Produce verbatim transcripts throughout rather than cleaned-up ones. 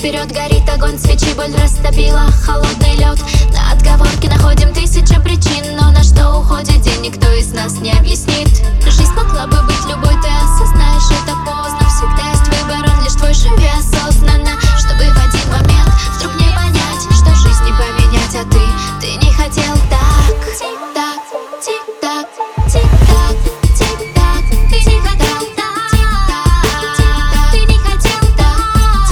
вперед, горит огонь свечи, боль растопила холодный лед. На отговорки находим тысячи причин, но на что уходит день, никто из нас не объяснит. Жизнь могла бы быть любой, ты осознаешь это поздно. Всегда есть выбор, он лишь твой, живи осознанно, чтобы в один момент вдруг не понять, что жизнь не поменять, а ты, ты не хотел так. Тик-так, тик-так, тик-так, тик-так, ты не хотел так. Ты не хотел так.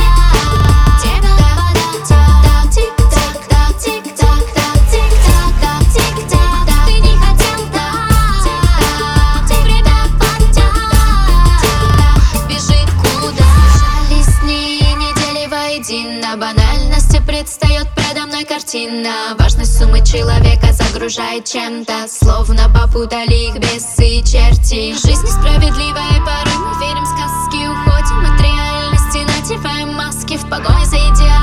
Тик-так, тик-так, тик-так, тик-так, тик-так, ты не хотел так. Время потек, бежит куда. Жались дни, недели воедино, банальности предстает предо мной картина. Важность суммы человека загружает чем-то, словно попутали их бесы и черти. Жизнь несправедливая, порой мы верим в сказки, уходим от реальности, надеваем маски в погоне за идеалом.